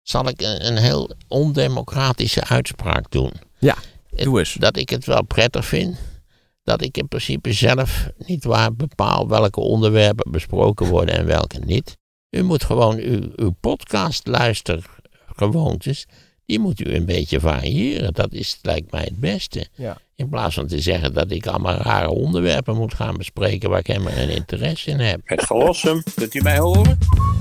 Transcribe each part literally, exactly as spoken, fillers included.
zal ik een, een heel ondemocratische uitspraak doen. Ja, doe eens. Dat ik het wel prettig vind. Dat ik in principe zelf niet waar bepaal welke onderwerpen besproken worden en welke niet. U moet gewoon uw, uw podcastluistergewoontes, die moet u een beetje variëren. Dat is, lijkt mij het beste. Ja. In plaats van te zeggen dat ik allemaal rare onderwerpen moet gaan bespreken waar ik helemaal geen interesse in heb. Het gelossum, kunt u mij horen?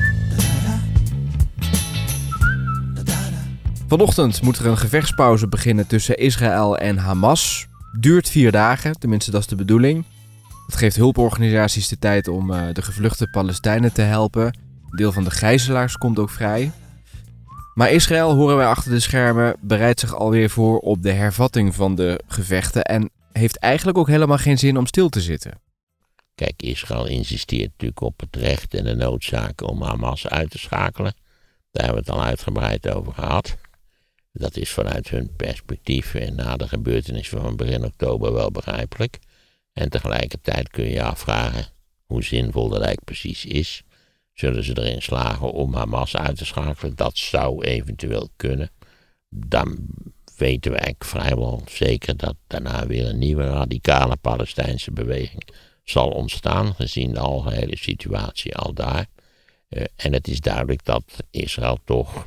Vanochtend moet er een gevechtspauze beginnen tussen Israël en Hamas. Duurt vier dagen, tenminste dat is de bedoeling. Dat geeft hulporganisaties de tijd om uh, de gevluchte Palestijnen te helpen. Een deel van de gijzelaars komt ook vrij. Maar Israël, horen wij achter de schermen, bereidt zich alweer voor op de hervatting van de gevechten en heeft eigenlijk ook helemaal geen zin om stil te zitten. Kijk, Israël insisteert natuurlijk op het recht en de noodzaak om Hamas uit te schakelen. Daar hebben we het al uitgebreid over gehad. Dat is vanuit hun perspectief en na de gebeurtenissen van begin oktober wel begrijpelijk. En tegelijkertijd kun je je afvragen hoe zinvol dat eigenlijk precies is. Zullen ze erin slagen om Hamas uit te schakelen? Dat zou eventueel kunnen. Dan weten we eigenlijk vrijwel zeker dat daarna weer een nieuwe radicale Palestijnse beweging zal ontstaan, gezien de algehele situatie al daar. Uh, en het is duidelijk dat Israël toch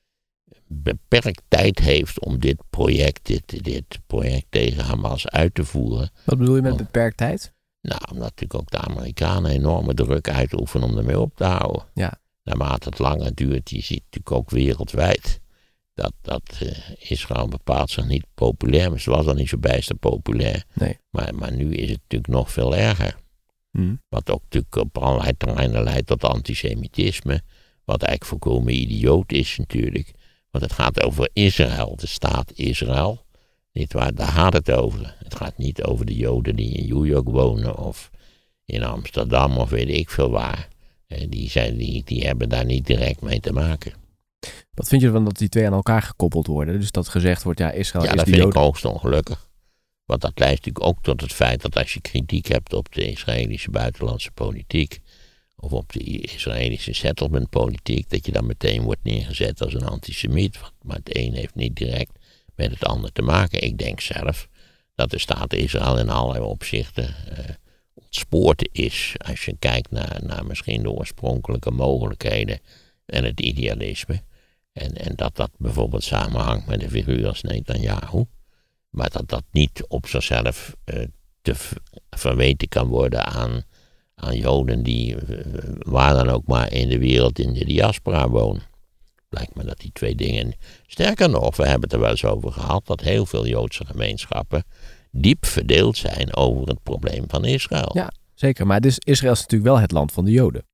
beperkt tijd heeft om dit project, dit, dit project tegen Hamas uit te voeren. Wat bedoel je met beperkt tijd? Nou, omdat natuurlijk ook de Amerikanen enorme druk uitoefenen om ermee op te houden. Ja. Naarmate het langer duurt, je ziet natuurlijk ook wereldwijd dat, dat uh, Israël bepaalt zich niet populair, maar ze was al niet zo bijster populair. Nee. Maar, maar nu is het natuurlijk nog veel erger. Hmm. Wat ook natuurlijk op allerlei terreinen leidt tot antisemitisme, wat eigenlijk volkomen idioot is natuurlijk. Want het gaat over Israël, de staat Israël. Niet waar, daar gaat het over. Het gaat niet over de Joden die in New York wonen of in Amsterdam of weet ik veel waar. Die, zijn, die, die hebben daar niet direct mee te maken. Wat vind je ervan dat die twee aan elkaar gekoppeld worden? Dus dat gezegd wordt, ja, Israël ja, is de Joden. Ja, dat vind Joden. ik hoogst ongelukkig. Want dat leidt natuurlijk ook tot het feit dat als je kritiek hebt op de Israëlische buitenlandse politiek, of op de Israëlische settlementpolitiek, dat je dan meteen wordt neergezet als een antisemiet. Maar het een heeft niet direct met het ander te maken. Ik denk zelf dat de staat Israël in allerlei opzichten uh, ontspoord is. Als je kijkt naar, naar misschien de oorspronkelijke mogelijkheden en het idealisme. En, en dat dat bijvoorbeeld samenhangt met een figuur als Netanyahu. Maar dat dat niet op zichzelf uh, te v- verweten kan worden aan, aan Joden die uh, waar dan ook maar in de wereld in de diaspora wonen. Lijkt me dat die twee dingen... Sterker nog, we hebben het er wel eens over gehad dat heel veel Joodse gemeenschappen diep verdeeld zijn over het probleem van Israël. Ja, zeker. Maar dus Israël is natuurlijk wel het land van de Joden.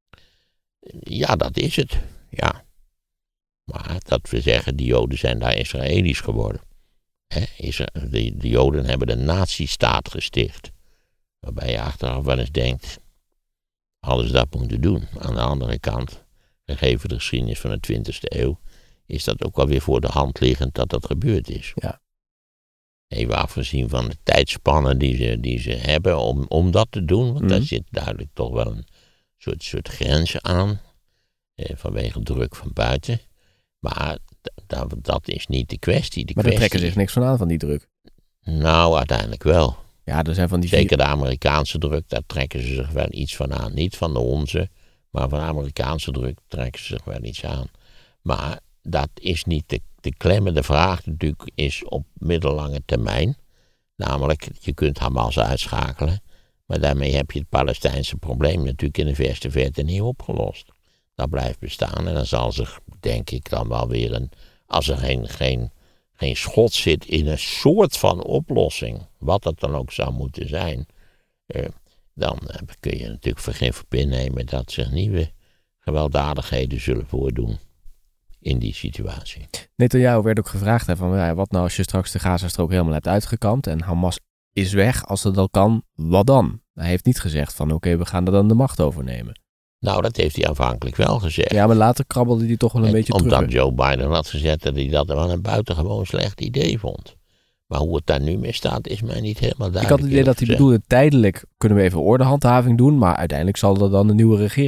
Ja, dat is het. Ja. Maar dat we zeggen, die Joden zijn daar Israëli's geworden. He, Israël, de, de Joden hebben de nazistaat gesticht. Waarbij je achteraf wel eens denkt, hadden ze dat moeten doen. Aan de andere kant, gegeven de geschiedenis van de twintigste eeuw, is dat ook wel weer voor de hand liggend dat dat gebeurd is. Ja. Even afgezien van de tijdspannen die ze, die ze hebben om, om dat te doen. Want mm-hmm. daar zit duidelijk toch wel een soort, soort grens aan. Eh, vanwege druk van buiten. Maar dat, dat is niet de kwestie. De maar kwestie, daar trekken zich niks van aan van die druk. Nou, uiteindelijk wel. Ja, er zijn van die Zeker vier... de Amerikaanse druk, daar trekken ze zich wel iets van aan. Niet van de onze, maar van de Amerikaanse druk trekken ze zich wel iets aan. Maar dat is niet de, de klemmende vraag natuurlijk is op middellange termijn. Namelijk, je kunt Hamas uitschakelen. Maar daarmee heb je het Palestijnse probleem natuurlijk in de verste verte niet opgelost. Dat blijft bestaan en dan zal zich, denk ik, dan wel weer een... Als er geen, geen, geen schot zit in een soort van oplossing, wat dat dan ook zou moeten zijn, eh, dan eh, kun je natuurlijk vergif op innemen dat zich nieuwe gewelddadigheden zullen voordoen in die situatie. Netanyahu werd ook gevraagd hè, van ja, wat nou als je straks de Gazastrook helemaal hebt uitgekampt en Hamas is weg, als dat al kan, wat dan? Hij heeft niet gezegd van oké, okay, we gaan er dan de macht overnemen. Nou, dat heeft hij aanvankelijk wel gezegd. Ja, maar later krabbelde hij toch wel een en, beetje omdat terug. Omdat Joe Biden had gezegd dat hij dat wel een buitengewoon slecht idee vond. Maar hoe het daar nu mee staat, is mij niet helemaal duidelijk. Ik had het idee dat hij bedoelde, tijdelijk kunnen we even ordehandhaving doen, maar uiteindelijk zal er dan een nieuwe regering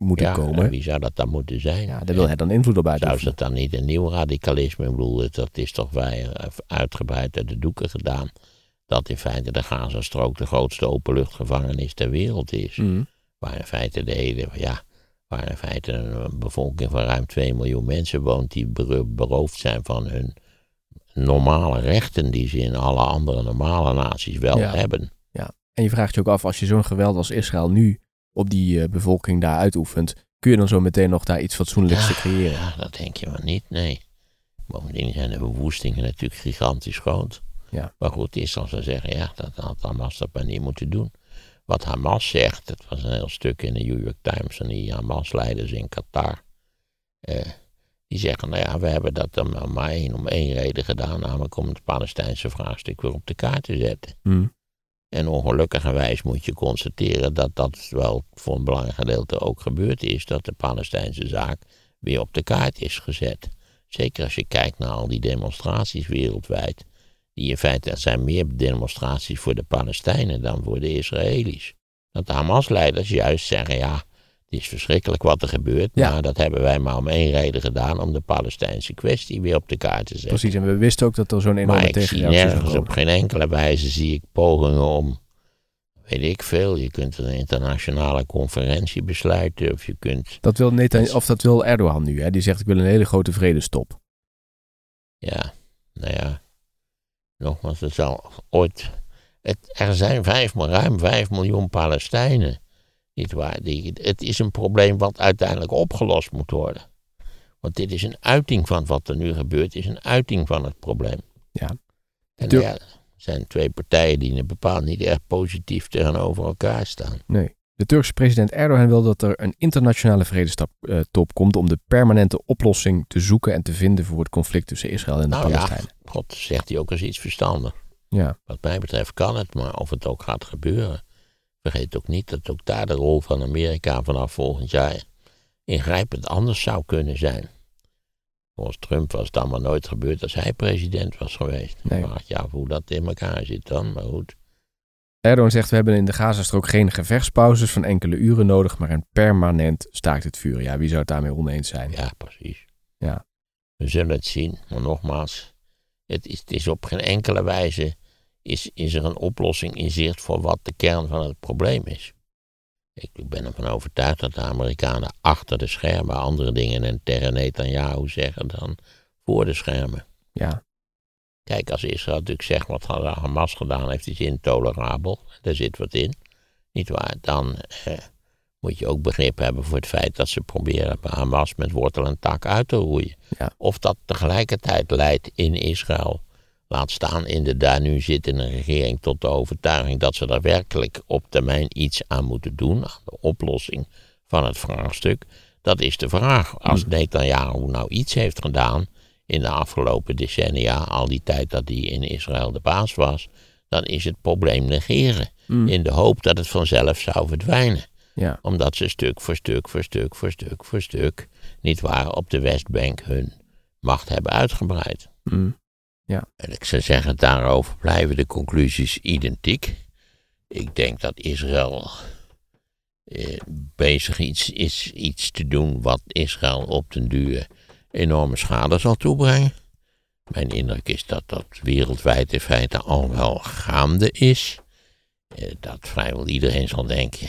moeten ja, komen. Wie zou dat dan moeten zijn? Ja, daar wil hij dan invloed op uitoefenen. Zou het dan niet een nieuw radicalisme? Ik bedoel, dat is toch vrij uitgebreid uit de doeken gedaan. Dat in feite de Gazastrook de grootste openluchtgevangenis ter wereld is. Mm. Waar in feite de hele, ja, waar in feite een bevolking van ruim twee miljoen mensen woont die beroofd zijn van hun normale rechten die ze in alle andere normale naties wel ja. hebben. Ja, en je vraagt je ook af, als je zo'n geweld als Israël nu op die uh, bevolking daar uitoefent, kun je dan zo meteen nog daar iets fatsoenlijks ja, te creëren? Ja, dat denk je maar niet, nee. Bovendien zijn de verwoestingen natuurlijk gigantisch groot. Ja. Maar goed, Israël zou zeggen, ja, dat had Hamas dat maar niet moeten doen. Wat Hamas zegt, dat was een heel stuk in de New York Times van die Hamas-leiders in Qatar. Uh, die zeggen, nou ja, we hebben dat dan maar één, om één reden gedaan, namelijk om het Palestijnse vraagstuk weer op de kaart te zetten. Mm. En ongelukkigerwijs moet je constateren dat dat wel voor een belangrijk gedeelte ook gebeurd is, dat de Palestijnse zaak weer op de kaart is gezet. Zeker als je kijkt naar al die demonstraties wereldwijd. Die in feite, er zijn meer demonstraties voor de Palestijnen dan voor de Israëli's. Dat de Hamas-leiders juist zeggen, ja, het is verschrikkelijk wat er gebeurt, ja. maar dat hebben wij maar om één reden gedaan, om de Palestijnse kwestie weer op de kaart te zetten. Precies, en we wisten ook dat er zo'n enorme tegenreactie zou komen. Maar ik zie nergens, op geen enkele wijze zie ik pogingen om, weet ik veel, je kunt een internationale conferentie besluiten, of je kunt... Dat wil, Netanyahu, of dat wil Erdogan nu, hè? Die zegt, ik wil een hele grote vredestop. Ja, nou ja... Nogmaals, het zal ooit. Het, er zijn vijf, ruim vijf miljoen Palestijnen. Niet waar? Die, het is een probleem wat uiteindelijk opgelost moet worden. Want dit is een uiting van wat er nu gebeurt, is een uiting van het probleem. Ja. En nou ja, er zijn twee partijen die bepaald niet erg positief tegenover elkaar staan. Nee. De Turkse president Erdogan wil dat er een internationale vredestop uh, top komt om de permanente oplossing te zoeken en te vinden voor het conflict tussen Israël en de nou Palestijnen. Ja, God zegt hij ook eens iets verstandig. Ja. Wat mij betreft kan het, maar of het ook gaat gebeuren. Vergeet ook niet dat ook daar de rol van Amerika vanaf volgend jaar ingrijpend anders zou kunnen zijn. Volgens Trump was het allemaal nooit gebeurd als hij president was geweest. Nee. Vraag je af hoe dat in elkaar zit dan, maar goed. Erdogan zegt, we hebben in de Gazastrook geen gevechtspauzes van enkele uren nodig, maar een permanent staakt het vuren. Ja, wie zou het daarmee oneens zijn? Ja, precies. Ja. We zullen het zien, maar nogmaals, het is, het is op geen enkele wijze is, is er een oplossing in zicht voor wat de kern van het probleem is. Ik ben ervan overtuigd dat de Amerikanen achter de schermen andere dingen en tegen Netanyahu zeggen dan voor de schermen. Ja. Kijk, als Israël natuurlijk zegt wat Hamas gedaan heeft, is intolerabel. Daar zit wat in. Niet waar? Dan eh, moet je ook begrip hebben voor het feit dat ze proberen Hamas met wortel en tak uit te roeien. Ja. Of dat tegelijkertijd leidt in Israël, laat staan in de daar nu zittende regering, tot de overtuiging dat ze daar werkelijk op termijn iets aan moeten doen, aan de oplossing van het vraagstuk. Dat is de vraag. Als Netanyahu nou iets heeft gedaan in de afgelopen decennia, al die tijd dat hij in Israël de baas was, dan is het probleem negeren. Mm. In de hoop dat het vanzelf zou verdwijnen. Ja. Omdat ze stuk voor stuk voor stuk voor stuk voor stuk, niet waar, op de Westbank hun macht hebben uitgebreid. Mm. Ja. En ik zou zeggen, daarover blijven de conclusies identiek. Ik denk dat Israël eh, bezig iets, is iets te doen wat Israël op den duur enorme schade zal toebrengen. Mijn indruk is dat dat wereldwijd in feite al wel gaande is. Eh, dat vrijwel iedereen zal denken,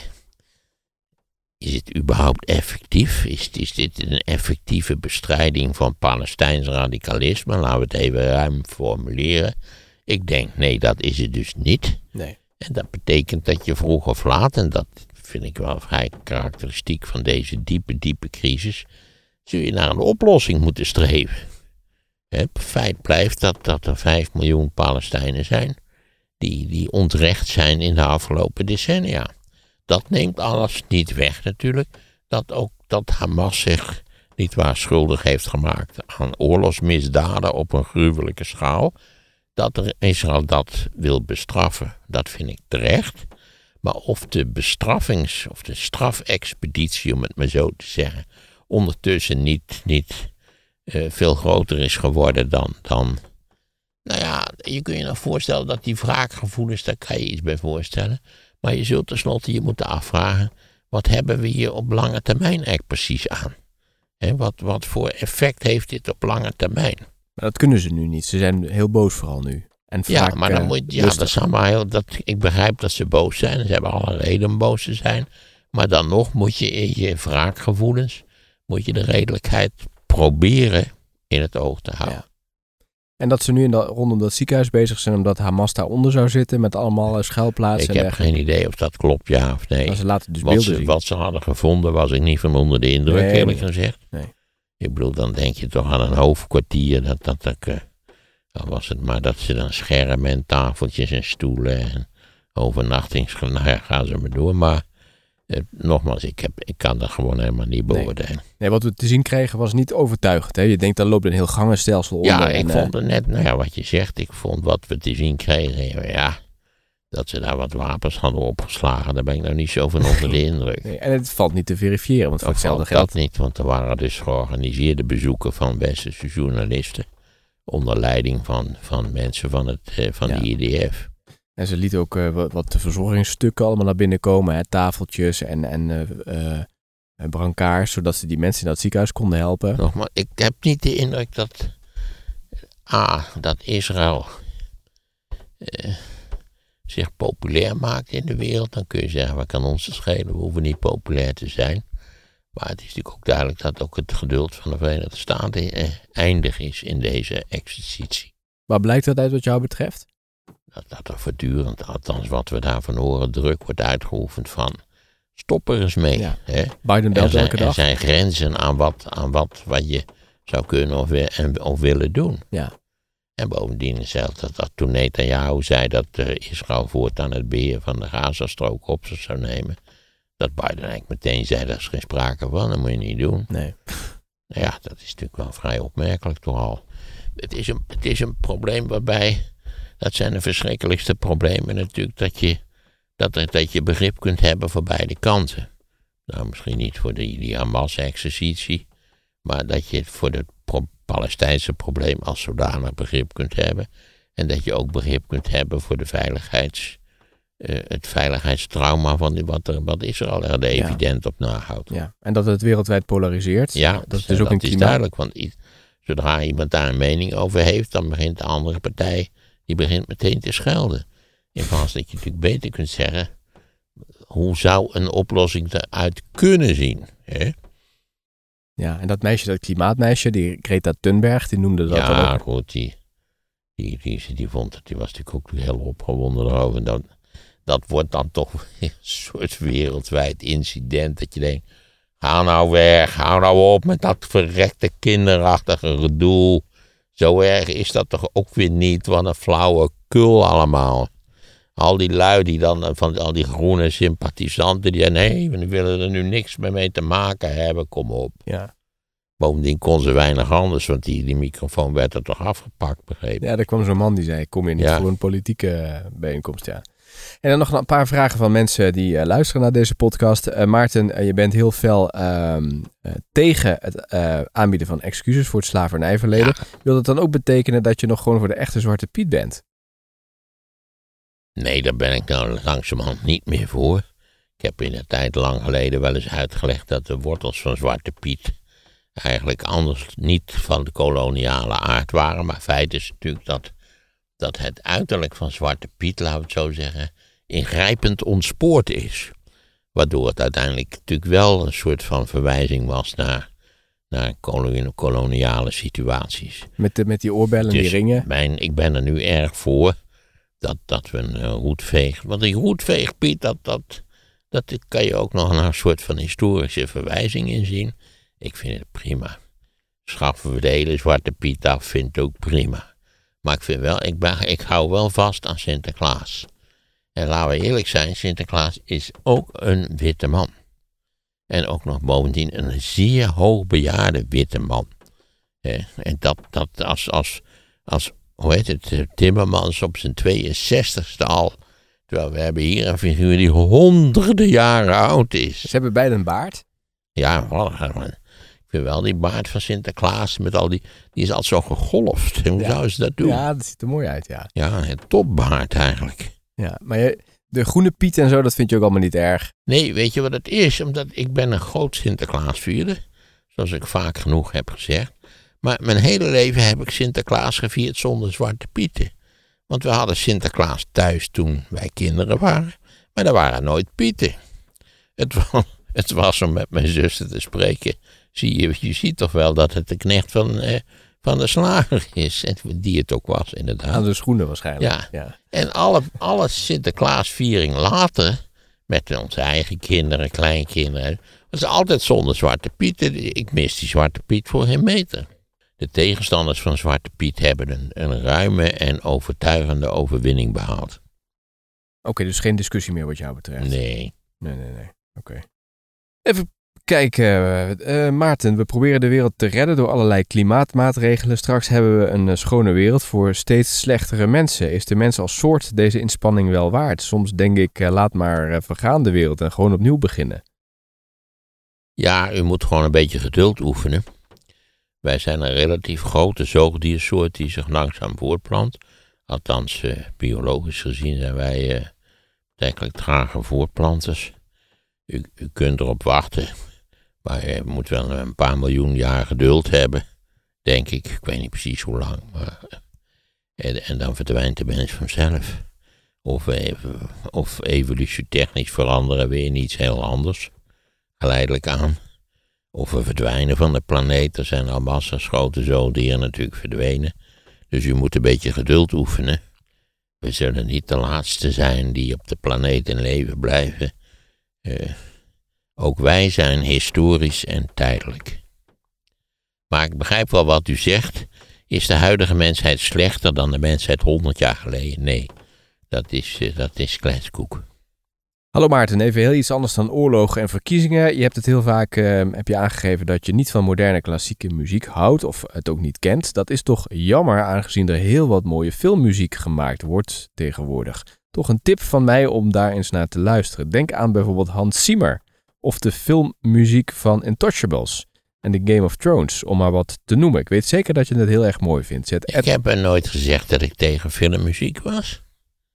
is het überhaupt effectief? Is, is dit een effectieve bestrijding van Palestijns radicalisme? Laten we het even ruim formuleren. Ik denk, nee, dat is het dus niet. Nee. En dat betekent dat je vroeg of laat, en dat vind ik wel vrij karakteristiek van deze diepe, diepe crisis, zul je naar een oplossing moeten streven. Het feit blijft dat, dat er vijf miljoen Palestijnen zijn die, die ontrecht zijn in de afgelopen decennia. Dat neemt alles niet weg natuurlijk. Dat ook dat Hamas zich niet waar schuldig heeft gemaakt aan oorlogsmisdaden op een gruwelijke schaal. Dat er Israël dat wil bestraffen, dat vind ik terecht. Maar of de bestraffings- of de strafexpeditie, om het maar zo te zeggen, ondertussen niet, niet uh, veel groter is geworden dan, dan... Nou ja, je kunt je nog voorstellen dat die wraakgevoelens, daar kan je iets bij voorstellen. Maar je zult tenslotte je moeten afvragen, wat hebben we hier op lange termijn eigenlijk precies aan? He, wat, wat voor effect heeft dit op lange termijn? Maar dat kunnen ze nu niet. Ze zijn heel boos vooral nu. En ja, vaak, maar dan uh, moet ja, dat is allemaal heel, dat, ik begrijp dat ze boos zijn. Ze hebben alle reden om boos te zijn. Maar dan nog moet je in je wraakgevoelens, moet je de redelijkheid proberen in het oog te houden. Ja. En dat ze nu in dat, rondom dat ziekenhuis bezig zijn omdat Hamas daaronder zou zitten met allemaal uh, schuilplaatsen. Ik heb geen idee of dat klopt, ja of nee. Maar ze laten dus wat, beelden ze, zien. wat ze hadden gevonden was ik niet van onder de indruk, nee, eerlijk nee, gezegd. Nee. Ik bedoel, dan denk je toch aan een hoofdkwartier. Dat, dat, dat, uh, dan was het maar dat ze dan schermen en tafeltjes en stoelen en overnachtings... Nou ja, gaan ze maar door. Maar eh, nogmaals, ik, heb, ik kan dat gewoon helemaal niet beoordelen. Nee. nee, wat we te zien kregen was niet overtuigend. Hè? Je denkt, dan loopt een heel gangenstelsel onder. Ja, ik en, vond het net, nou ja, wat je zegt, ik vond wat we te zien kregen, ja, dat ze daar wat wapens hadden opgeslagen, daar ben ik nou niet zo van onder de indruk. Nee, en het valt niet te verifiëren, want voor hetzelfde geld... Dat niet, want er waren dus georganiseerde bezoeken van westerse journalisten, onder leiding van, van mensen van, het, eh, van ja. de I D F. En ze lieten ook uh, wat, wat verzorgingsstukken allemaal naar binnen komen, hè? Tafeltjes en, en uh, uh, brancards, zodat ze die mensen in dat ziekenhuis konden helpen. Nogmaals, ik heb niet de indruk dat, A, dat Israël uh, zich populair maakt in de wereld. Dan kun je zeggen, wat kan ons schelen, we hoeven niet populair te zijn. Maar het is natuurlijk ook duidelijk dat ook het geduld van de Verenigde Staten uh, eindig is in deze exercitie. Waar blijkt dat uit wat jou betreft? Dat, dat er voortdurend, althans wat we daarvan horen, druk wordt uitgeoefend van stop er eens mee. Ja. Hè? Biden belt zijn, elke dag. Er zijn grenzen aan wat, aan wat, wat je zou kunnen of, en, of willen doen. Ja. En bovendien zelfs dat, dat toen Netanyahu zei dat uh, Israël voortaan het beheer van de Gazastrook op zich zou nemen, dat Biden eigenlijk meteen zei, daar is geen sprake van, dat moet je niet doen. Nee. Nou ja, dat is natuurlijk wel vrij opmerkelijk toch al. Het is een, het is een probleem waarbij, dat zijn de verschrikkelijkste problemen natuurlijk, dat je, dat, dat je begrip kunt hebben voor beide kanten. Nou, misschien niet voor die, die Hamas-exercitie, maar dat je voor het pro- Palestijnse probleem als zodanig begrip kunt hebben. En dat je ook begrip kunt hebben voor de veiligheids, uh, het veiligheidstrauma van die, wat, er, wat Israël er de ja. evident op nahoudt. Ja, en dat het wereldwijd polariseert. Ja, dat, dat is, dus ook dat een is klimaat. duidelijk, want i- zodra iemand daar een mening over heeft, dan begint de andere partij, die begint meteen te schelden. In plaats dat je natuurlijk beter kunt zeggen, hoe zou een oplossing eruit kunnen zien? Hè? Ja, en dat meisje, dat klimaatmeisje, die Greta Thunberg, die noemde dat ja, dan ook. goed, die, die, die, die, vond het, die was natuurlijk ook heel opgewonden erover. En dat, dat wordt dan toch een soort wereldwijd incident, dat je denkt, ga nou weg, hou nou op met dat verrekte kinderachtige gedoe. Zo erg is dat toch ook weer niet, wat een flauwe kul allemaal. Al die lui die dan, van al die groene sympathisanten, die zeggen, nee, we willen er nu niks meer mee te maken hebben, kom op. Ja. Bovendien kon ze weinig anders, want die, die microfoon werd er toch afgepakt, begrepen. Ja, er kwam zo'n man die zei, kom je niet ja. voor een politieke bijeenkomst, ja. En dan nog een paar vragen van mensen die uh, luisteren naar deze podcast. Uh, Maarten, uh, je bent heel fel uh, uh, tegen het uh, aanbieden van excuses voor het slavernijverleden. Ja. Wil dat dan ook betekenen dat je nog gewoon voor de echte Zwarte Piet bent? Nee, daar ben ik nou langzamerhand niet meer voor. Ik heb in de tijd lang geleden wel eens uitgelegd dat de wortels van Zwarte Piet eigenlijk anders niet van de koloniale aard waren. Maar feit is natuurlijk dat, dat het uiterlijk van Zwarte Piet, laten we het zo zeggen, ingrijpend ontspoord is. Waardoor het uiteindelijk natuurlijk wel een soort van verwijzing was naar, naar koloniale situaties. Met, de, met die oorbellen en dus die ringen? Mijn, ik ben er nu erg voor dat, dat we een uh, roetveeg... Want die roetveeg, Piet, dat, dat, dat kan je ook nog een soort van historische verwijzing in zien. Ik vind het prima. Schaffen we de hele Zwarte Piet af, vind ik ook prima. Maar ik vind wel, ik, ben, ik hou wel vast aan Sinterklaas. En laten we eerlijk zijn, Sinterklaas is ook een witte man. En ook nog bovendien een zeer hoogbejaarde witte man. Eh, en dat, dat als, als, als, hoe heet het, Timmermans op zijn tweeënzestigste al. Terwijl we hebben hier een figuur die honderden jaren oud is. Ze hebben beide een baard? Ja, wel, ik vind wel die baard van Sinterklaas met al die, die is altijd zo gegolfd. Hoe ja. zou ze dat doen? Ja, dat ziet er mooi uit, ja. Ja, een topbaard eigenlijk. Ja, maar je, De groene Piet en zo, dat vind je ook allemaal niet erg. Nee, weet je wat het is? Omdat ik ben een groot Sinterklaasvierder. Zoals ik vaak genoeg heb gezegd. Maar mijn hele leven heb ik Sinterklaas gevierd zonder Zwarte Pieten. Want we hadden Sinterklaas thuis toen wij kinderen waren. Maar er waren nooit Pieten. Het was, het was om met mijn zuster te spreken. Zie je, je ziet toch wel dat het de knecht van, eh, van de slager is. En die het ook was, inderdaad. Aan de schoenen waarschijnlijk. Ja. ja. En alle, alle Sinterklaasviering later, met onze eigen kinderen, kleinkinderen, was altijd zonder Zwarte Piet. Ik mis die Zwarte Piet voor geen meter. De tegenstanders van Zwarte Piet hebben een, een ruime en overtuigende overwinning behaald. Oké, okay, dus geen discussie meer wat jou betreft? Nee. Nee, nee, nee. Oké. Okay. Even kijken, uh, uh, Maarten. We proberen de wereld te redden door allerlei klimaatmaatregelen. Straks hebben we een uh, schone wereld voor steeds slechtere mensen. Is de mens als soort deze inspanning wel waard? Soms denk ik, uh, laat maar uh, vergaan de wereld en gewoon opnieuw beginnen. Ja, u moet gewoon een beetje geduld oefenen. Wij zijn een relatief grote zoogdiersoort die zich langzaam voortplant. Althans, uh, biologisch gezien zijn wij uh, betrekkelijk trage voortplanters. U, u kunt erop wachten, maar u moet wel een paar miljoen jaar geduld hebben, denk ik. Ik weet niet precies hoe lang, maar... En, en dan verdwijnt de mens vanzelf. Of, even, of evolutietechnisch veranderen we in iets heel anders, geleidelijk aan. Of we verdwijnen van de planeet. Er zijn al massa's grote zoogdieren natuurlijk verdwenen. Dus u moet een beetje geduld oefenen. We zullen niet de laatste zijn die op de planeet in leven blijven. Uh, ook wij zijn historisch en tijdelijk. Maar ik begrijp wel wat u zegt. Is de huidige mensheid slechter dan de mensheid honderd jaar geleden? Nee, dat is, uh, dat is kletskoek. Hallo Maarten, even heel iets anders dan oorlogen en verkiezingen. Je hebt het heel vaak uh, heb je aangegeven dat je niet van moderne klassieke muziek houdt of het ook niet kent. Dat is toch jammer, aangezien er heel wat mooie filmmuziek gemaakt wordt tegenwoordig. Toch een tip van mij om daar eens naar te luisteren. Denk aan bijvoorbeeld Hans Zimmer of de filmmuziek van Intouchables en The Game of Thrones, om maar wat te noemen. Ik weet zeker dat je het heel erg mooi vindt. Zet ik heb er nooit gezegd dat ik tegen filmmuziek was.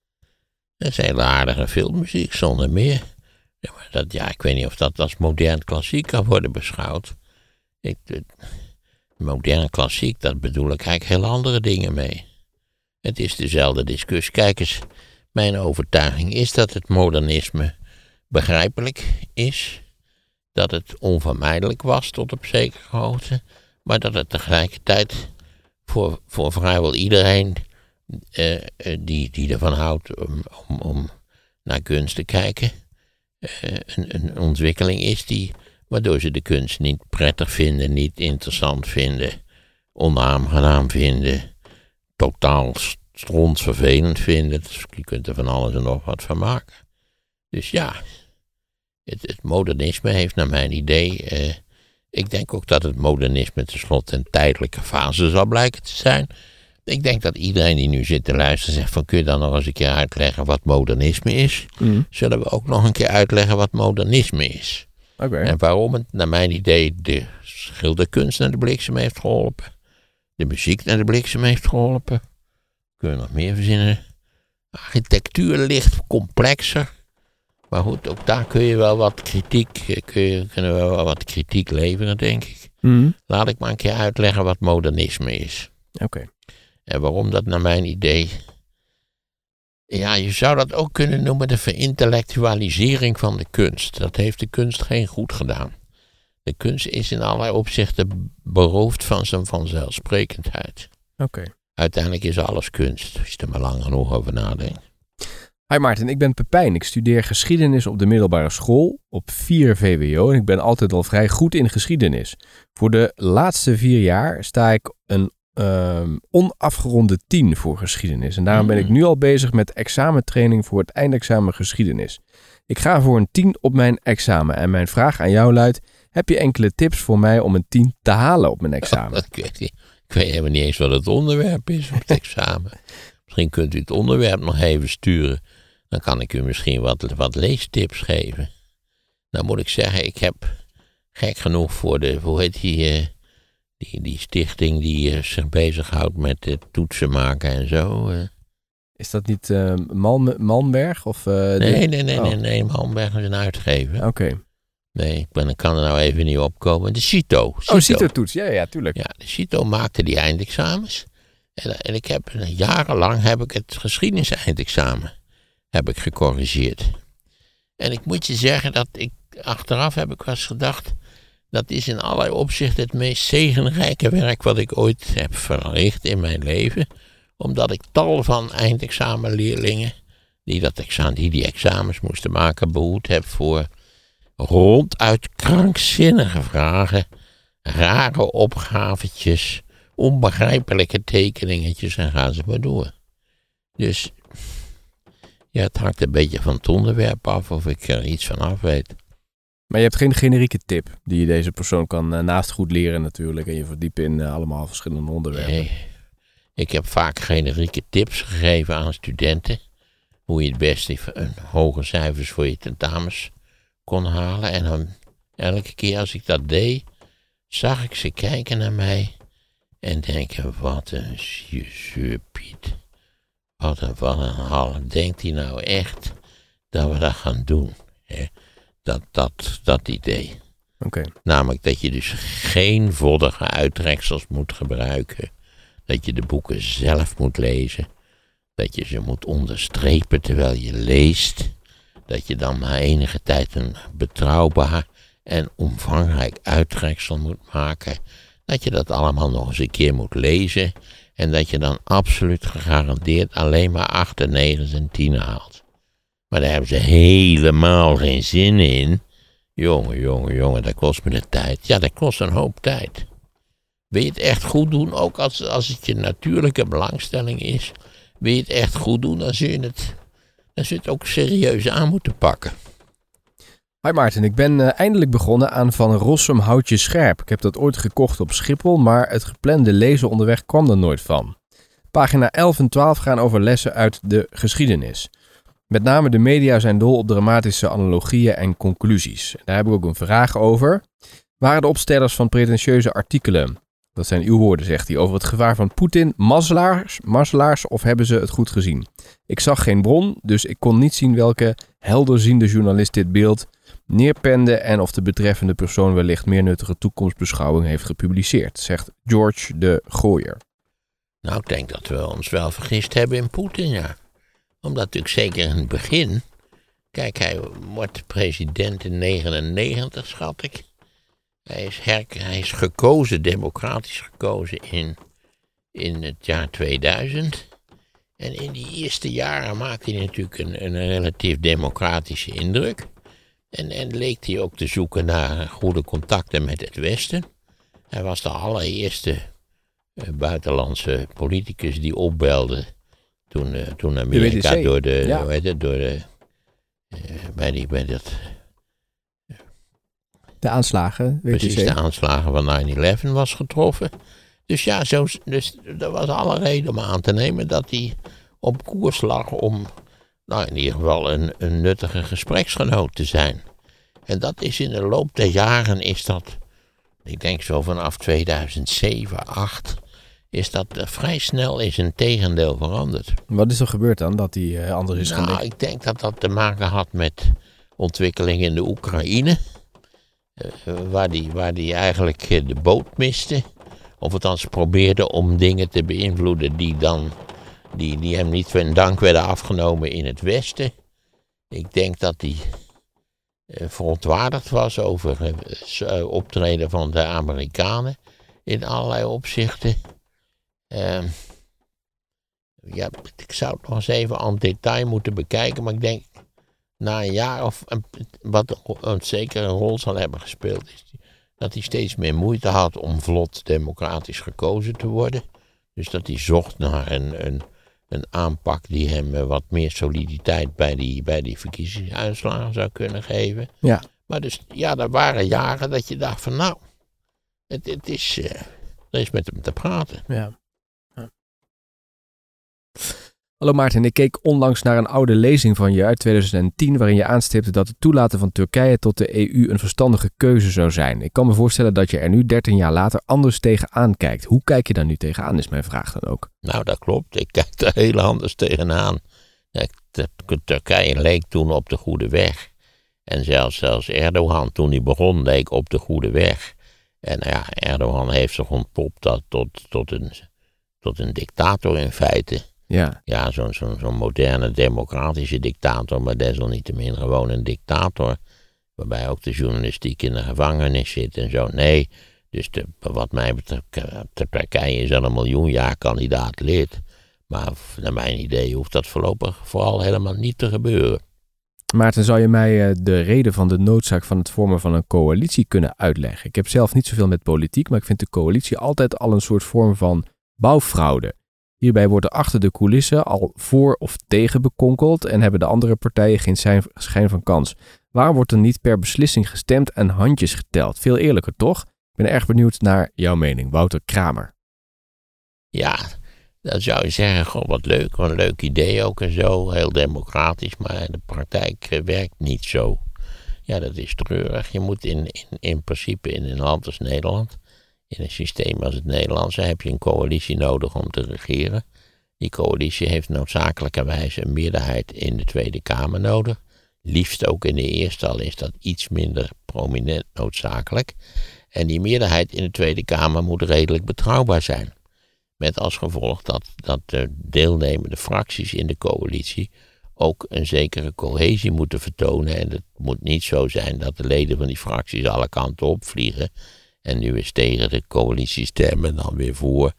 Dat is hele aardige filmmuziek, zonder meer. Ja, maar dat, ja, ik weet niet of dat als modern klassiek kan worden beschouwd. Ik, de, modern klassiek, dat bedoel ik eigenlijk heel andere dingen mee. Het is dezelfde discussie. Kijk eens, mijn overtuiging is dat het modernisme begrijpelijk is. Dat het onvermijdelijk was tot op zekere hoogte. Maar dat het tegelijkertijd voor, voor vrijwel iedereen uh, uh, die, die ervan houdt om, om, om naar kunst te kijken, uh, een, een ontwikkeling is die, waardoor ze de kunst niet prettig vinden, niet interessant vinden, onaangenaam vinden, totaal strontvervelend vinden. Dus je kunt er van alles en nog wat van maken. Dus ja, het, het modernisme heeft naar mijn idee, uh, ik denk ook dat het modernisme tenslotte een tijdelijke fase zal blijken te zijn. Ik denk dat iedereen die nu zit te luisteren zegt van, kun je dan nog eens een keer uitleggen wat modernisme is? Mm. Zullen we ook nog een keer uitleggen wat modernisme is? Okay. En waarom het naar mijn idee de schilderkunst naar de bliksem heeft geholpen. De muziek naar de bliksem heeft geholpen. Kun je nog meer verzinnen? Architectuur ligt complexer. Maar goed, ook daar kun je wel wat kritiek, kun je, kunnen we wel wat kritiek leveren, denk ik. Mm. Laat ik maar een keer uitleggen wat modernisme is. Oké. Okay. En waarom dat naar mijn idee... Ja, je zou dat ook kunnen noemen de verintellectualisering van de kunst. Dat heeft de kunst geen goed gedaan. De kunst is in allerlei opzichten beroofd van zijn vanzelfsprekendheid. Oké. Okay. Uiteindelijk is alles kunst, als je er maar lang genoeg over nadenkt. Hi Maarten, ik ben Pepijn. Ik studeer geschiedenis op de middelbare school op vier V W O en ik ben altijd al vrij goed in geschiedenis. Voor de laatste vier jaar sta ik een um, onafgeronde tien voor geschiedenis en daarom ben ik nu al bezig met examentraining voor het eindexamen geschiedenis. Ik ga voor een tien op mijn examen en mijn vraag aan jou luidt, heb je enkele tips voor mij om een tien te halen op mijn examen? Oh, ik, weet niet, ik weet helemaal niet eens wat het onderwerp is op het examen. Misschien kunt u het onderwerp nog even sturen. Dan kan ik u misschien wat, wat leestips geven. Nou moet ik zeggen, ik heb gek genoeg voor de, hoe heet die, uh, die, die stichting die uh, zich bezighoudt met uh, toetsen maken en zo. Uh. Is dat niet uh, Malm, Malmberg? Of, uh, nee, de... nee, nee, nee, oh. nee, nee. Malmberg is een uitgever. Oké. Okay. Nee, ik, ben, ik kan er nou even niet opkomen. De CITO. CITO. Oh, CITO-toets. Ja, ja, tuurlijk. Ja, de CITO maakte die eindexamens. En, en ik heb jarenlang heb ik het geschiedenis-eindexamen heb ik gecorrigeerd. En ik moet je zeggen dat ik achteraf heb ik wel eens gedacht, dat is in allerlei opzichten het meest zegenrijke werk wat ik ooit heb verricht in mijn leven. Omdat ik tal van eindexamenleerlingen die, dat examen, die die examens moesten maken behoed heb voor ronduit krankzinnige vragen, rare opgavetjes, onbegrijpelijke tekeningetjes en gaan ze maar door. Dus ja, het hangt een beetje van het onderwerp af of ik er iets van af weet. Maar je hebt geen generieke tip die je deze persoon kan uh, naast goed leren natuurlijk en je verdiepen in uh, allemaal verschillende onderwerpen. Nee, ik heb vaak generieke tips gegeven aan studenten hoe je het beste een hoge cijfers voor je tentamens kon halen. En dan elke keer als ik dat deed, zag ik ze kijken naar mij en denken, wat een zeur Piet. Wat een, wat een half. Denkt hij nou echt dat we dat gaan doen? Hè? Dat, dat, dat idee. Okay. Namelijk dat je dus geen voddige uittreksels moet gebruiken. Dat je de boeken zelf moet lezen. Dat je ze moet onderstrepen terwijl je leest. Dat je dan na enige tijd een betrouwbaar en omvangrijk uittreksel moet maken. Dat je dat allemaal nog eens een keer moet lezen. En dat je dan absoluut gegarandeerd alleen maar acht, negen en tien haalt. Maar daar hebben ze helemaal geen zin in. Jongen, jongen, jongen, dat kost me de tijd. Ja, dat kost een hoop tijd. Wil je het echt goed doen, ook als, als het je natuurlijke belangstelling is. Wil je het echt goed doen, dan zul je het, dan zul je het ook serieus aan moeten pakken. Hi Maarten, ik ben uh, eindelijk begonnen aan Van Rossum Houtje Scherp. Ik heb dat ooit gekocht op Schiphol, maar het geplande lezen onderweg kwam er nooit van. Pagina elf en twaalf gaan over lessen uit de geschiedenis. Met name de media zijn dol op dramatische analogieën en conclusies. Daar heb ik ook een vraag over. Waren de opstellers van pretentieuze artikelen, dat zijn uw woorden zegt hij, over het gevaar van Poetin mazzelaars, mazzelaars of hebben ze het goed gezien? Ik zag geen bron, dus ik kon niet zien welke helderziende journalist dit beeld neerpende en of de betreffende persoon wellicht meer nuttige toekomstbeschouwing heeft gepubliceerd, zegt George de Gooier. Nou, ik denk dat we ons wel vergist hebben in Poetin, ja. Omdat natuurlijk zeker in het begin, kijk, hij wordt president in negenennegentig, schat ik. Hij is, her, hij is gekozen, democratisch gekozen in, in het jaar tweeduizend. En in die eerste jaren maakte hij natuurlijk een, een relatief democratische indruk. En, en leek hij ook te zoeken naar goede contacten met het Westen. Hij was de allereerste uh, buitenlandse politicus die opbelde toen, uh, toen Amerika de door de, ja. hoe heet het, door de, uh, bij die, bij dat... De aanslagen, W T C. Precies, de aanslagen van nine eleven was getroffen. Dus ja, zo, dus, er was alle reden om aan te nemen dat hij op koers lag om, nou in ieder geval een, een nuttige gespreksgenoot te zijn. En dat is in de loop der jaren, is dat, ik denk zo vanaf tweeduizend zeven, acht, is dat uh, vrij snel is een tegendeel veranderd. Wat is er gebeurd dan, dat hij uh, anders is gaan Nou, denken? ik denk dat dat te maken had met ontwikkeling in de Oekraïne. Uh, waar die, waar die eigenlijk uh, de boot miste. Of althans probeerde om dingen te beïnvloeden die dan, die, die hem niet van dank werden afgenomen in het Westen. Ik denk dat hij uh, verontwaardigd was over het uh, optreden van de Amerikanen in allerlei opzichten. Uh, ja, ik zou het nog eens even aan detail moeten bekijken, maar ik denk na een jaar of een, wat een, zeker een rol zal hebben gespeeld, is die, dat hij steeds meer moeite had om vlot democratisch gekozen te worden. Dus dat hij zocht naar een, een, een aanpak die hem wat meer soliditeit bij die, bij die verkiezingsuitslagen zou kunnen geven. Ja. Maar dus, ja, er waren jaren dat je dacht van nou, het, het is, uh, er is met hem te praten. Ja. Ja. Hallo Maarten, ik keek onlangs naar een oude lezing van je uit tweeduizend tien... waarin je aanstipte dat het toelaten van Turkije tot de E U een verstandige keuze zou zijn. Ik kan me voorstellen dat je er nu dertien jaar later anders tegenaan kijkt. Hoe kijk je daar nu tegenaan, is mijn vraag dan ook. Nou, dat klopt. Ik kijk er heel anders tegenaan. Turkije leek toen op de goede weg. En zelfs, zelfs Erdogan, toen hij begon, leek op de goede weg. En nou ja, Erdogan heeft zich ontpopt dat tot, tot, een, tot een dictator in feite. Ja, Ja, zo'n zo'n zo'n moderne democratische dictator, maar desalniettemin gewoon een dictator. Waarbij ook de journalistiek in de gevangenis zit en zo. Nee, dus de, wat mij betreft, Turkije is al een miljoen jaar kandidaat lid. Maar naar mijn idee hoeft dat voorlopig vooral helemaal niet te gebeuren. Maarten, zou je mij de reden van de noodzaak van het vormen van een coalitie kunnen uitleggen? Ik heb zelf niet zoveel met politiek, maar ik vind de coalitie altijd al een soort vorm van bouwfraude. Hierbij wordt er achter de coulissen al voor of tegen bekonkeld en hebben de andere partijen geen schijn van kans. Waarom wordt er niet per beslissing gestemd en handjes geteld? Veel eerlijker, toch? Ik ben erg benieuwd naar jouw mening, Wouter Kramer. Ja, dan zou je zeggen, goh, wat leuk, wat een leuk idee ook en zo, heel democratisch, maar de praktijk werkt niet zo. Ja, dat is treurig. Je moet in, in, in principe in een land als Nederland, in een systeem als het Nederlandse, heb je een coalitie nodig om te regeren. Die coalitie heeft noodzakelijkerwijs een meerderheid in de Tweede Kamer nodig. Liefst ook in de Eerste, al is dat iets minder prominent noodzakelijk. En die meerderheid in de Tweede Kamer moet redelijk betrouwbaar zijn. Met als gevolg dat, dat de deelnemende fracties in de coalitie ook een zekere cohesie moeten vertonen. En het moet niet zo zijn dat de leden van die fracties alle kanten opvliegen. En nu is tegen de coalitie stemmen, dan weer voor.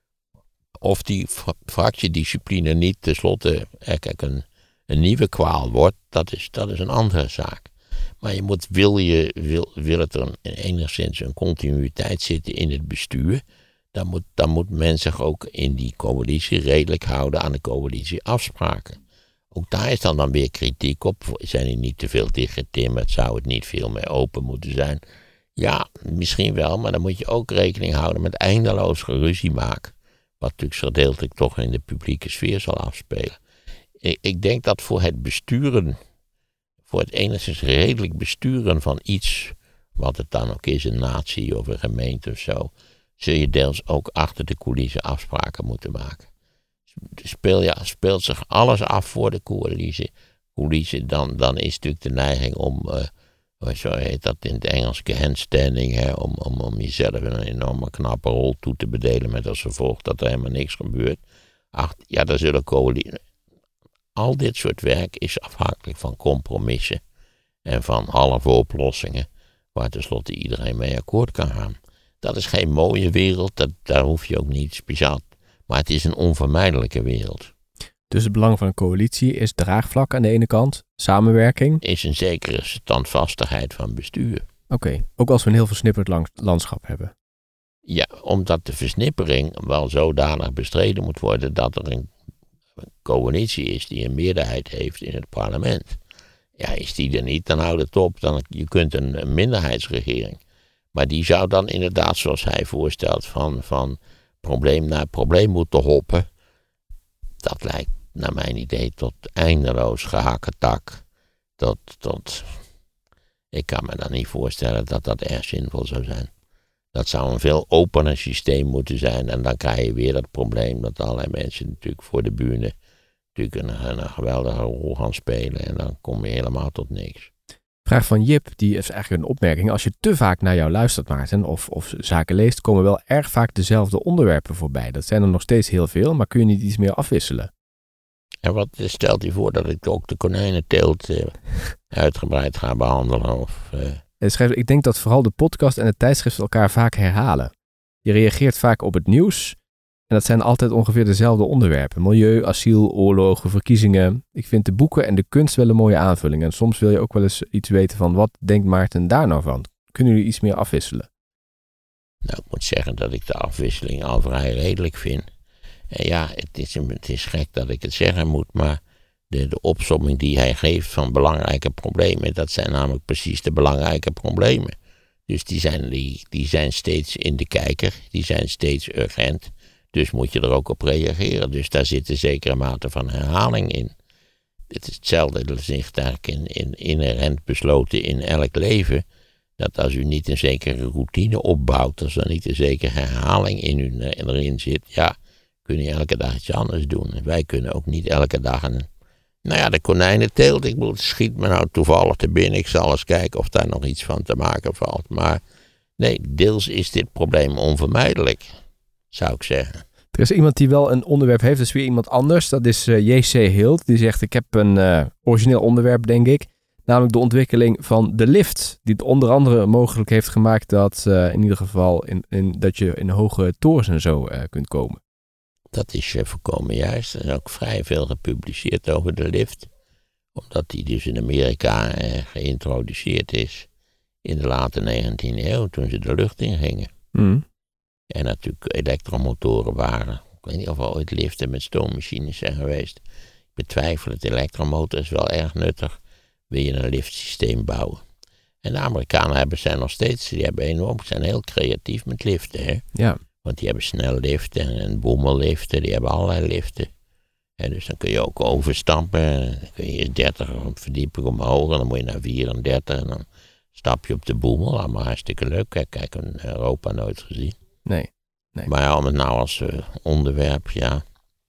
Of die fractiediscipline niet tenslotte kijk, een, een nieuwe kwaal wordt, dat is, dat is een andere zaak. Maar je moet, wil, je, wil, wil het er een, enigszins een continuïteit zitten in het bestuur, dan moet, dan moet men zich ook in die coalitie redelijk houden aan de coalitieafspraken. Ook daar is dan, dan weer kritiek op. Zijn die niet te veel dichtgetimmerd? Zou het niet veel meer open moeten zijn? Ja, misschien wel, maar dan moet je ook rekening houden met eindeloos geruzie maken. Wat natuurlijk gedeeltelijk toch in de publieke sfeer zal afspelen. Ik, ik denk dat voor het besturen, voor het enigszins redelijk besturen van iets, wat het dan ook is, een natie of een gemeente of zo, zul je deels ook achter de coulissen afspraken moeten maken. Speel, ja, speelt zich alles af voor de coulissen, coulissen dan, dan is natuurlijk de neiging om, uh, zo heet dat in het Engels, handstanding, hè, om, om, om jezelf een enorme knappe rol toe te bedelen met als gevolg dat er helemaal niks gebeurt. Ach, ja, dan zullen coalities. Al dit soort werk is afhankelijk van compromissen en van halve oplossingen, waar tenslotte iedereen mee akkoord kan gaan. Dat is geen mooie wereld, dat, daar hoef je ook niet speciaal. Maar het is een onvermijdelijke wereld. Dus het belang van een coalitie is draagvlak aan de ene kant, samenwerking. Is een zekere standvastigheid van bestuur. Oké, okay. Ook als we een heel versnipperd lang, landschap hebben. Ja, omdat de versnippering wel zodanig bestreden moet worden dat er een, een coalitie is die een meerderheid heeft in het parlement. Ja, is die er niet, dan houdt het op. Dan, je kunt een, een minderheidsregering. Maar die zou dan inderdaad, zoals hij voorstelt, van, van probleem naar probleem moeten hoppen. Dat lijkt naar mijn idee tot eindeloos gehakketak. Tot, tot, ik kan me dan niet voorstellen dat dat erg zinvol zou zijn. Dat zou een veel opener systeem moeten zijn. En dan krijg je weer dat probleem dat allerlei mensen natuurlijk voor de bühne natuurlijk een, een geweldige rol gaan spelen. En dan kom je helemaal tot niks. Vraag van Jip, die is eigenlijk een opmerking. Als je te vaak naar jou luistert, Maarten, of, of zaken leest, komen wel erg vaak dezelfde onderwerpen voorbij. Dat zijn er nog steeds heel veel, maar kun je niet iets meer afwisselen? En wat stelt u voor dat ik ook de konijnenteelt uh, uitgebreid ga behandelen? Of, uh... Ik denk dat vooral de podcast en het tijdschrift elkaar vaak herhalen. Je reageert vaak op het nieuws en dat zijn altijd ongeveer dezelfde onderwerpen. Milieu, asiel, oorlogen, verkiezingen. Ik vind de boeken en de kunst wel een mooie aanvulling. En soms wil je ook wel eens iets weten van wat denkt Maarten daar nou van? Kunnen jullie iets meer afwisselen? Nou, ik moet zeggen dat ik de afwisseling al vrij redelijk vind. En ja, het is, het is gek dat ik het zeggen moet, maar de, de opsomming die hij geeft van belangrijke problemen, dat zijn namelijk precies de belangrijke problemen. Dus die zijn, die, die zijn steeds in de kijker, die zijn steeds urgent. Dus moet je er ook op reageren. Dus daar zit een zekere mate van herhaling in. Het is hetzelfde, dat ligt eigenlijk in, in, inherent besloten in elk leven. Dat als u niet een zekere routine opbouwt, als er niet een zekere herhaling in u erin zit, ja, kun je elke dag iets anders doen. En wij kunnen ook niet elke dag een, nou ja, de konijnenteelt. Ik bedoel, het schiet me nou toevallig te binnen. Ik zal eens kijken of daar nog iets van te maken valt. Maar nee, deels is dit probleem onvermijdelijk, zou ik zeggen. Er is iemand die wel een onderwerp heeft, dat is weer iemand anders. Dat is uh, J C Hilt. Die zegt, ik heb een uh, origineel onderwerp, denk ik. Namelijk de ontwikkeling van de lift. Die het onder andere mogelijk heeft gemaakt dat uh, in ieder geval in, in, dat je in hoge torens en zo uh, kunt komen. Dat is uh, volkomen juist. Er is ook vrij veel gepubliceerd over de lift. Omdat die dus in Amerika uh, geïntroduceerd is in de late negentiende eeuw, toen ze de lucht in gingen. Mm. En natuurlijk elektromotoren waren. Ik weet niet of er ooit liften met stoommachines zijn geweest. Ik betwijfel het. Elektromotor is wel erg nuttig. Wil je een liftsysteem bouwen. En de Amerikanen hebben, zijn nog steeds, die hebben enorm, zijn heel creatief met liften. Hè? Ja. Want die hebben snelliften en boemelliften, die hebben allerlei liften. En dus dan kun je ook overstappen. Dan kun je eerst dertig verdiepingen omhoog en dan moet je naar vierendertig. En dan stap je op de boemel. Allemaal hartstikke leuk. Kijk, kijk, in Europa nooit gezien. Nee. nee. Maar ja, om het nou als uh, onderwerp, ja.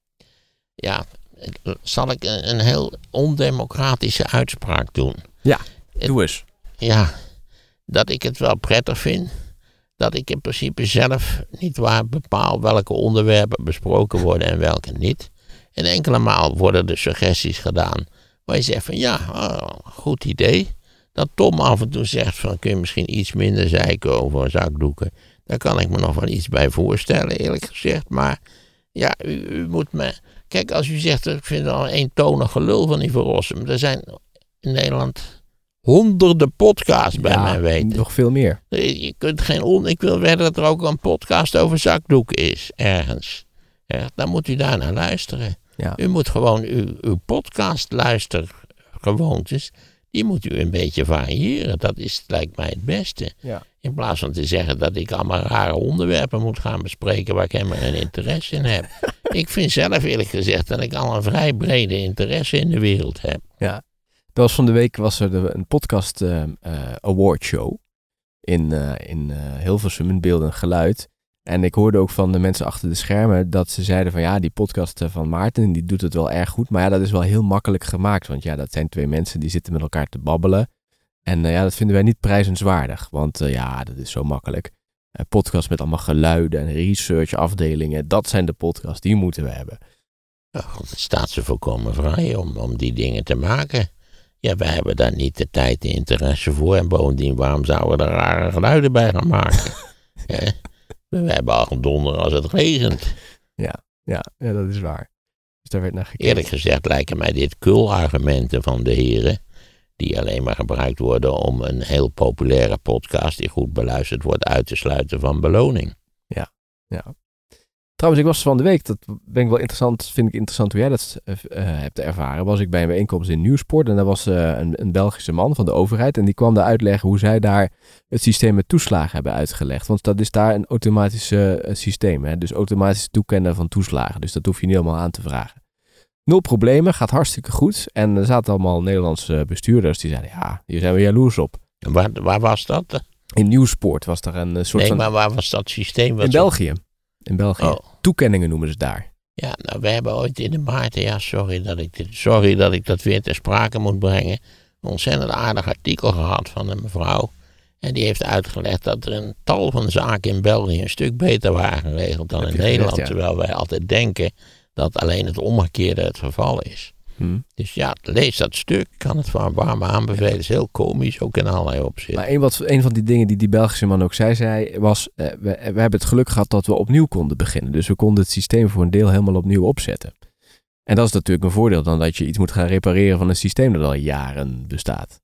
Ja, zal ik een, een heel ondemocratische uitspraak doen? Ja, doe eens. Ja, dat ik het wel prettig vind. Dat ik in principe zelf niet waar bepaal welke onderwerpen besproken worden en welke niet. En enkele maal worden er suggesties gedaan waar je zegt van ja, oh, goed idee. Dat Tom af en toe zegt van kun je misschien iets minder zeiken over zakdoeken. Daar kan ik me nog wel iets bij voorstellen, eerlijk gezegd. Maar ja, u, u moet me... Kijk, als u zegt, ik vind het al een eentonig gelul van die Van Rossum. Er zijn in Nederland honderden podcasts bij ja, mij weten. Nog veel meer. Je kunt geen on... Ik wil weten dat er ook een podcast over zakdoeken is, ergens. Ja, dan moet u daar naar luisteren. Ja. U moet gewoon uw, uw podcast luistergewoontes, die moet u een beetje variëren. Dat is, lijkt mij het beste. Ja. In plaats van te zeggen dat ik allemaal rare onderwerpen moet gaan bespreken waar ik helemaal geen interesse in heb. Ik vind zelf eerlijk gezegd dat ik al een vrij brede interesse in de wereld heb. Ja. Er was van de week was er de, een podcast uh, uh, award show in, uh, in uh, Hilversum in Beeld en Geluid. En ik hoorde ook van de mensen achter de schermen dat ze zeiden van ja, die podcast van Maarten, die doet het wel erg goed. Maar ja, dat is wel heel makkelijk gemaakt. Want ja, dat zijn twee mensen die zitten met elkaar te babbelen. En uh, ja, dat vinden wij niet prijzenswaardig. Want uh, ja, dat is zo makkelijk. Uh, podcast met allemaal geluiden en researchafdelingen. Dat zijn de podcasts, die moeten we hebben. Nou, het staat ze volkomen vrij om, om die dingen te maken. Ja, wij hebben daar niet de tijd en interesse voor. En bovendien, waarom zouden we er rare geluiden bij gaan maken? ja. We hebben al gedonder als het regent. Ja, ja, ja, dat is waar. Dus daar werd naar gekeken. Eerlijk gezegd lijken mij dit kul-argumenten van de heren, die alleen maar gebruikt worden om een heel populaire podcast die goed beluisterd wordt uit te sluiten van beloning. Ja, ja. Trouwens, ik was van de week, dat ben ik wel interessant, vind ik interessant hoe jij dat uh, hebt ervaren, was ik bij een bijeenkomst in Nieuwsport en daar was uh, een, een Belgische man van de overheid en die kwam daar uitleggen hoe zij daar het systeem met toeslagen hebben uitgelegd. Want dat is daar een automatisch uh, systeem, hè? Dus automatisch toekennen van toeslagen. Dus dat hoef je niet helemaal aan te vragen. Nul problemen, gaat hartstikke goed. En er zaten allemaal Nederlandse bestuurders die zeiden, ja, hier zijn we jaloers op. En waar, waar was dat? In Nieuwsport was er een uh, soort nee, van... maar waar was dat systeem? In België. In België. Oh. Toekenningen noemen ze het daar. Ja, nou, we hebben ooit in de Maarten, ja, sorry dat ik dit, sorry dat ik dat weer ter sprake moet brengen, een ontzettend aardig artikel gehad van een mevrouw. En die heeft uitgelegd dat er een tal van zaken in België een stuk beter waren geregeld dan in Nederland. Gezegd, ja. Terwijl wij altijd denken dat alleen het omgekeerde het geval is. Hmm. Dus ja, lees dat stuk, kan het van warm aanbevelen. Het is heel komisch, ook in allerlei opzichten. Maar een, wat, een van die dingen die die Belgische man ook zei, zei was, uh, we, we hebben het geluk gehad dat we opnieuw konden beginnen. Dus we konden het systeem voor een deel helemaal opnieuw opzetten. En dat is natuurlijk een voordeel dan dat je iets moet gaan repareren van een systeem dat al jaren bestaat.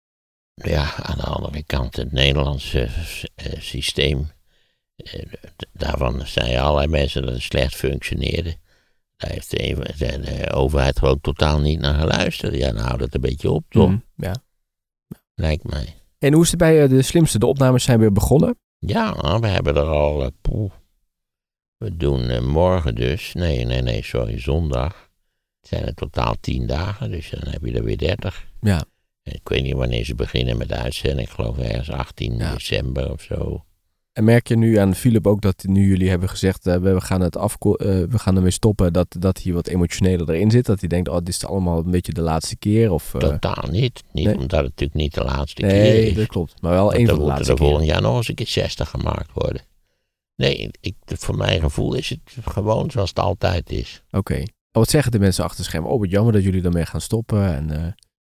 Ja, aan de andere kant, het Nederlandse uh, systeem, uh, daarvan zeiden allerlei mensen dat het slecht functioneerde. Daar heeft de, de, de overheid gewoon totaal niet naar geluisterd. Ja, nou houdt het een beetje op, toch? Mm, ja. Lijkt mij. En hoe is het bij de slimste? De opnames zijn weer begonnen? Ja, we hebben er al uh, poeh, We doen uh, morgen dus, nee, nee, nee, sorry, zondag. Het zijn er totaal tien dagen, dus dan heb je er weer dertig. Ja. En ik weet niet wanneer ze beginnen met de uitzending, ik geloof ergens achttien ja. december of zo. En merk je nu aan Philip ook dat nu jullie hebben gezegd, uh, we gaan het afko- uh, we gaan ermee stoppen, dat, dat hij wat emotioneler erin zit? Dat hij denkt, oh, dit is allemaal een beetje de laatste keer? Of, uh... Totaal niet. Niet nee? Omdat het natuurlijk niet de laatste nee, keer is. Nee, dat klopt. Maar wel één van de laatste keer. Er moeten er volgend jaar nog eens een keer zestig gemaakt worden. Nee, ik, voor mijn gevoel is het gewoon zoals het altijd is. Oké. Okay. Oh, wat zeggen de mensen achter de schermen? Oh, wat jammer dat jullie daarmee gaan stoppen. En, uh...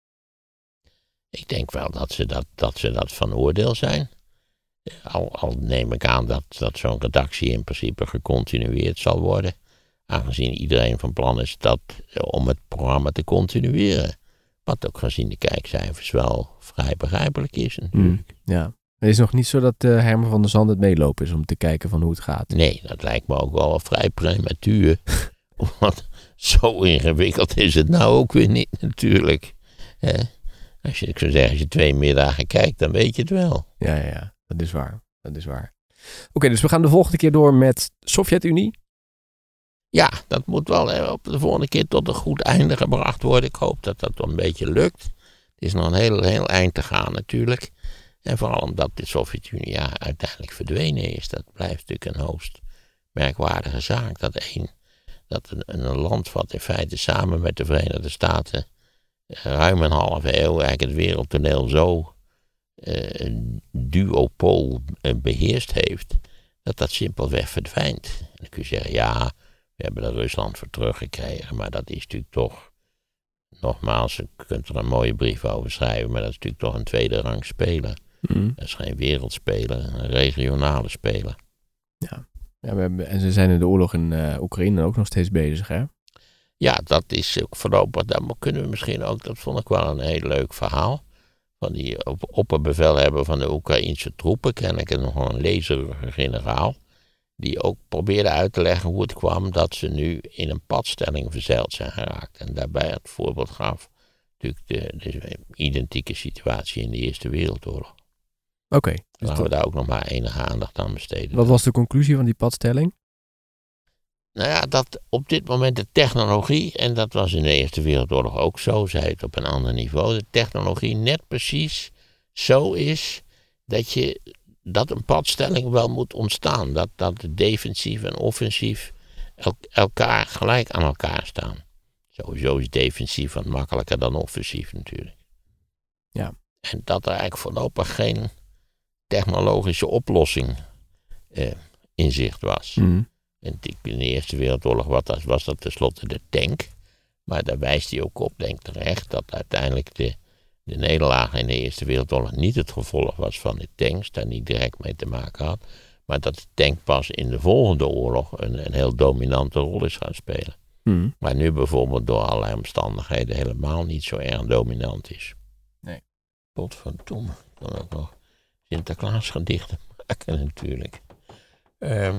Ik denk wel dat ze dat, dat, ze dat van oordeel zijn. Al, al neem ik aan dat, dat zo'n redactie in principe gecontinueerd zal worden. Aangezien iedereen van plan is dat, om het programma te continueren. Wat ook gezien de kijkcijfers wel vrij begrijpelijk is natuurlijk. Mm, ja. Het is nog niet zo dat uh, Herman van der Zand het meelopen is om te kijken van hoe het gaat. Nee, dat lijkt me ook wel vrij prematuur. Want zo ingewikkeld is het nou ook weer niet natuurlijk. Hè? Als je, ik zou zeggen, als je twee middagen kijkt, dan weet je het wel. Ja, ja, ja. Dat is waar. Dat is waar. Oké, okay, dus we gaan de volgende keer door met Sovjet-Unie. Ja, dat moet wel hè, op de volgende keer tot een goed einde gebracht worden. Ik hoop dat dat wel een beetje lukt. Het is nog een heel, heel eind te gaan natuurlijk. En vooral omdat de Sovjet-Unie ja, uiteindelijk verdwenen is. Dat blijft natuurlijk een hoogst merkwaardige zaak. Dat, een, dat een, een land wat in feite samen met de Verenigde Staten ruim een halve eeuw eigenlijk het wereldtoneel zo uh, duopool uh, beheerst heeft, dat dat simpelweg verdwijnt. En dan kun je zeggen, ja, we hebben er Rusland voor teruggekregen, maar dat is natuurlijk toch, nogmaals, je kunt er een mooie brief over schrijven, maar dat is natuurlijk toch een tweede rang speler. Mm. Dat is geen wereldspeler, een regionale speler. Ja, ja we hebben, en ze zijn in de oorlog in uh, Oekraïne ook nog steeds bezig, hè? Ja, dat is ook voorlopig, daar kunnen we misschien ook, dat vond ik wel een heel leuk verhaal, van die op, opperbevelhebber van de Oekraïnse troepen, kennelijk nog wel een lezerige generaal, die ook probeerde uit te leggen hoe het kwam dat ze nu in een padstelling verzeild zijn geraakt. En daarbij het voorbeeld gaf natuurlijk de, de identieke situatie in de Eerste Wereldoorlog. Oké. Okay, dus laten dat... we daar ook nog maar enige aandacht aan besteden. Wat was de conclusie van die padstelling? Nou ja, dat op dit moment de technologie, en dat was in de Eerste Wereldoorlog ook zo, zei het op een ander niveau, de technologie net precies zo is dat, je, dat een padstelling wel moet ontstaan. Dat, dat defensief en offensief el, elkaar gelijk aan elkaar staan. Sowieso is defensief wat makkelijker dan offensief natuurlijk. Ja. En dat er eigenlijk voorlopig geen technologische oplossing eh, in zicht was. Mm. In de Eerste Wereldoorlog was dat, was dat tenslotte de tank. Maar daar wijst hij ook op, denk ik terecht, dat uiteindelijk de, de nederlaag in de Eerste Wereldoorlog niet het gevolg was van de tanks, daar niet direct mee te maken had. Maar dat de tank pas in de volgende oorlog een, een heel dominante rol is gaan spelen. Hmm. Maar nu bijvoorbeeld door allerlei omstandigheden helemaal niet zo erg dominant is. Nee. Potverdomme, ik kan ook nog Sinterklaas gedichten maken natuurlijk. Um,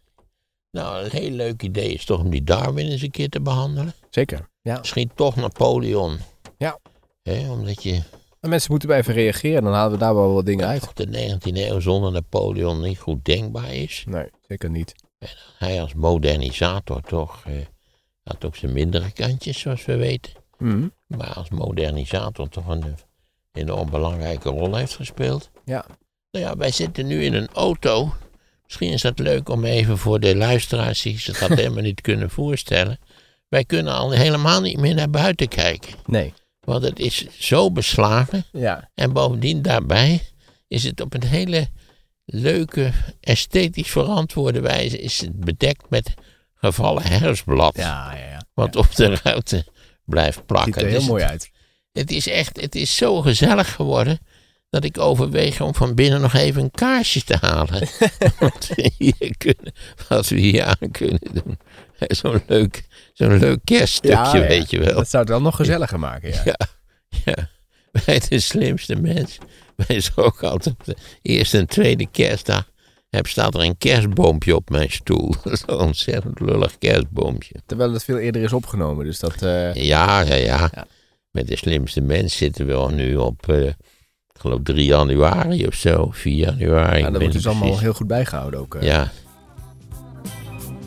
nou, een heel leuk idee is toch om die Darwin eens een keer te behandelen. Zeker, ja. Misschien toch Napoleon. Ja. He, omdat je... En mensen moeten bij even reageren, dan halen we daar wel wat dingen uit. Toch de negentiende eeuw zonder Napoleon niet goed denkbaar is. Nee, zeker niet. En hij als modernisator toch... Eh, had ook zijn mindere kantjes, zoals we weten. Mm. Maar als modernisator toch een enorm belangrijke rol heeft gespeeld. Ja. Nou ja, wij zitten nu in een auto. Misschien is dat leuk om even voor de luisteraars die zich dat helemaal niet kunnen voorstellen. Wij kunnen al helemaal niet meer naar buiten kijken. Nee. Want het is zo beslagen. Ja. En bovendien daarbij is het op een hele leuke, esthetisch verantwoorde wijze is het bedekt met gevallen herfstblad. Ja, ja, ja. Wat ja. op de ruiten blijft plakken. Het ziet er heel dus mooi het, uit. Het is echt, het is zo gezellig geworden dat ik overweeg om van binnen nog even een kaarsje te halen. wat, we hier kunnen, wat we hier aan kunnen doen. Zo'n leuk, zo'n leuk kerststukje, ja, ja. weet je wel. Dat zou het wel nog gezelliger maken, ja. Ja, ja. Bij de slimste mens. Wij zijn ook altijd op de eerste en tweede kerstdag. Heb, staat er een kerstboompje op mijn stoel. Zo'n ontzettend lullig kerstboompje. Terwijl het veel eerder is opgenomen, dus dat... Uh... Ja, ja, ja, ja. Met de slimste mens zitten we nu op, uh, ik geloof drie januari of zo. vier januari. Ja, dat wordt dus allemaal heel goed bijgehouden ook. Uh. Ja.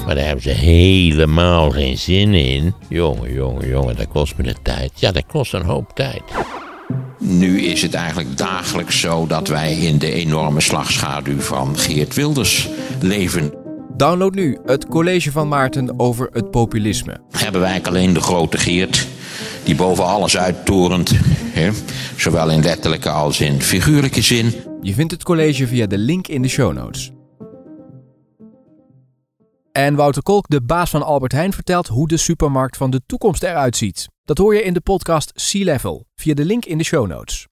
Maar daar hebben ze helemaal geen zin in. Jongen, jongen, jongen, dat kost me de tijd. Ja, dat kost een hoop tijd. Nu is het eigenlijk dagelijks zo dat wij in de enorme slagschaduw van Geert Wilders leven. Download nu het college van Maarten over het populisme. Hebben wij alleen de grote Geert, die boven alles uittorent, hè? Zowel in letterlijke als in figuurlijke zin. Je vindt het college via de link in de show notes. En Wouter Kolk, de baas van Albert Heijn, vertelt hoe de supermarkt van de toekomst eruit ziet. Dat hoor je in de podcast Sea Level, via de link in de show notes.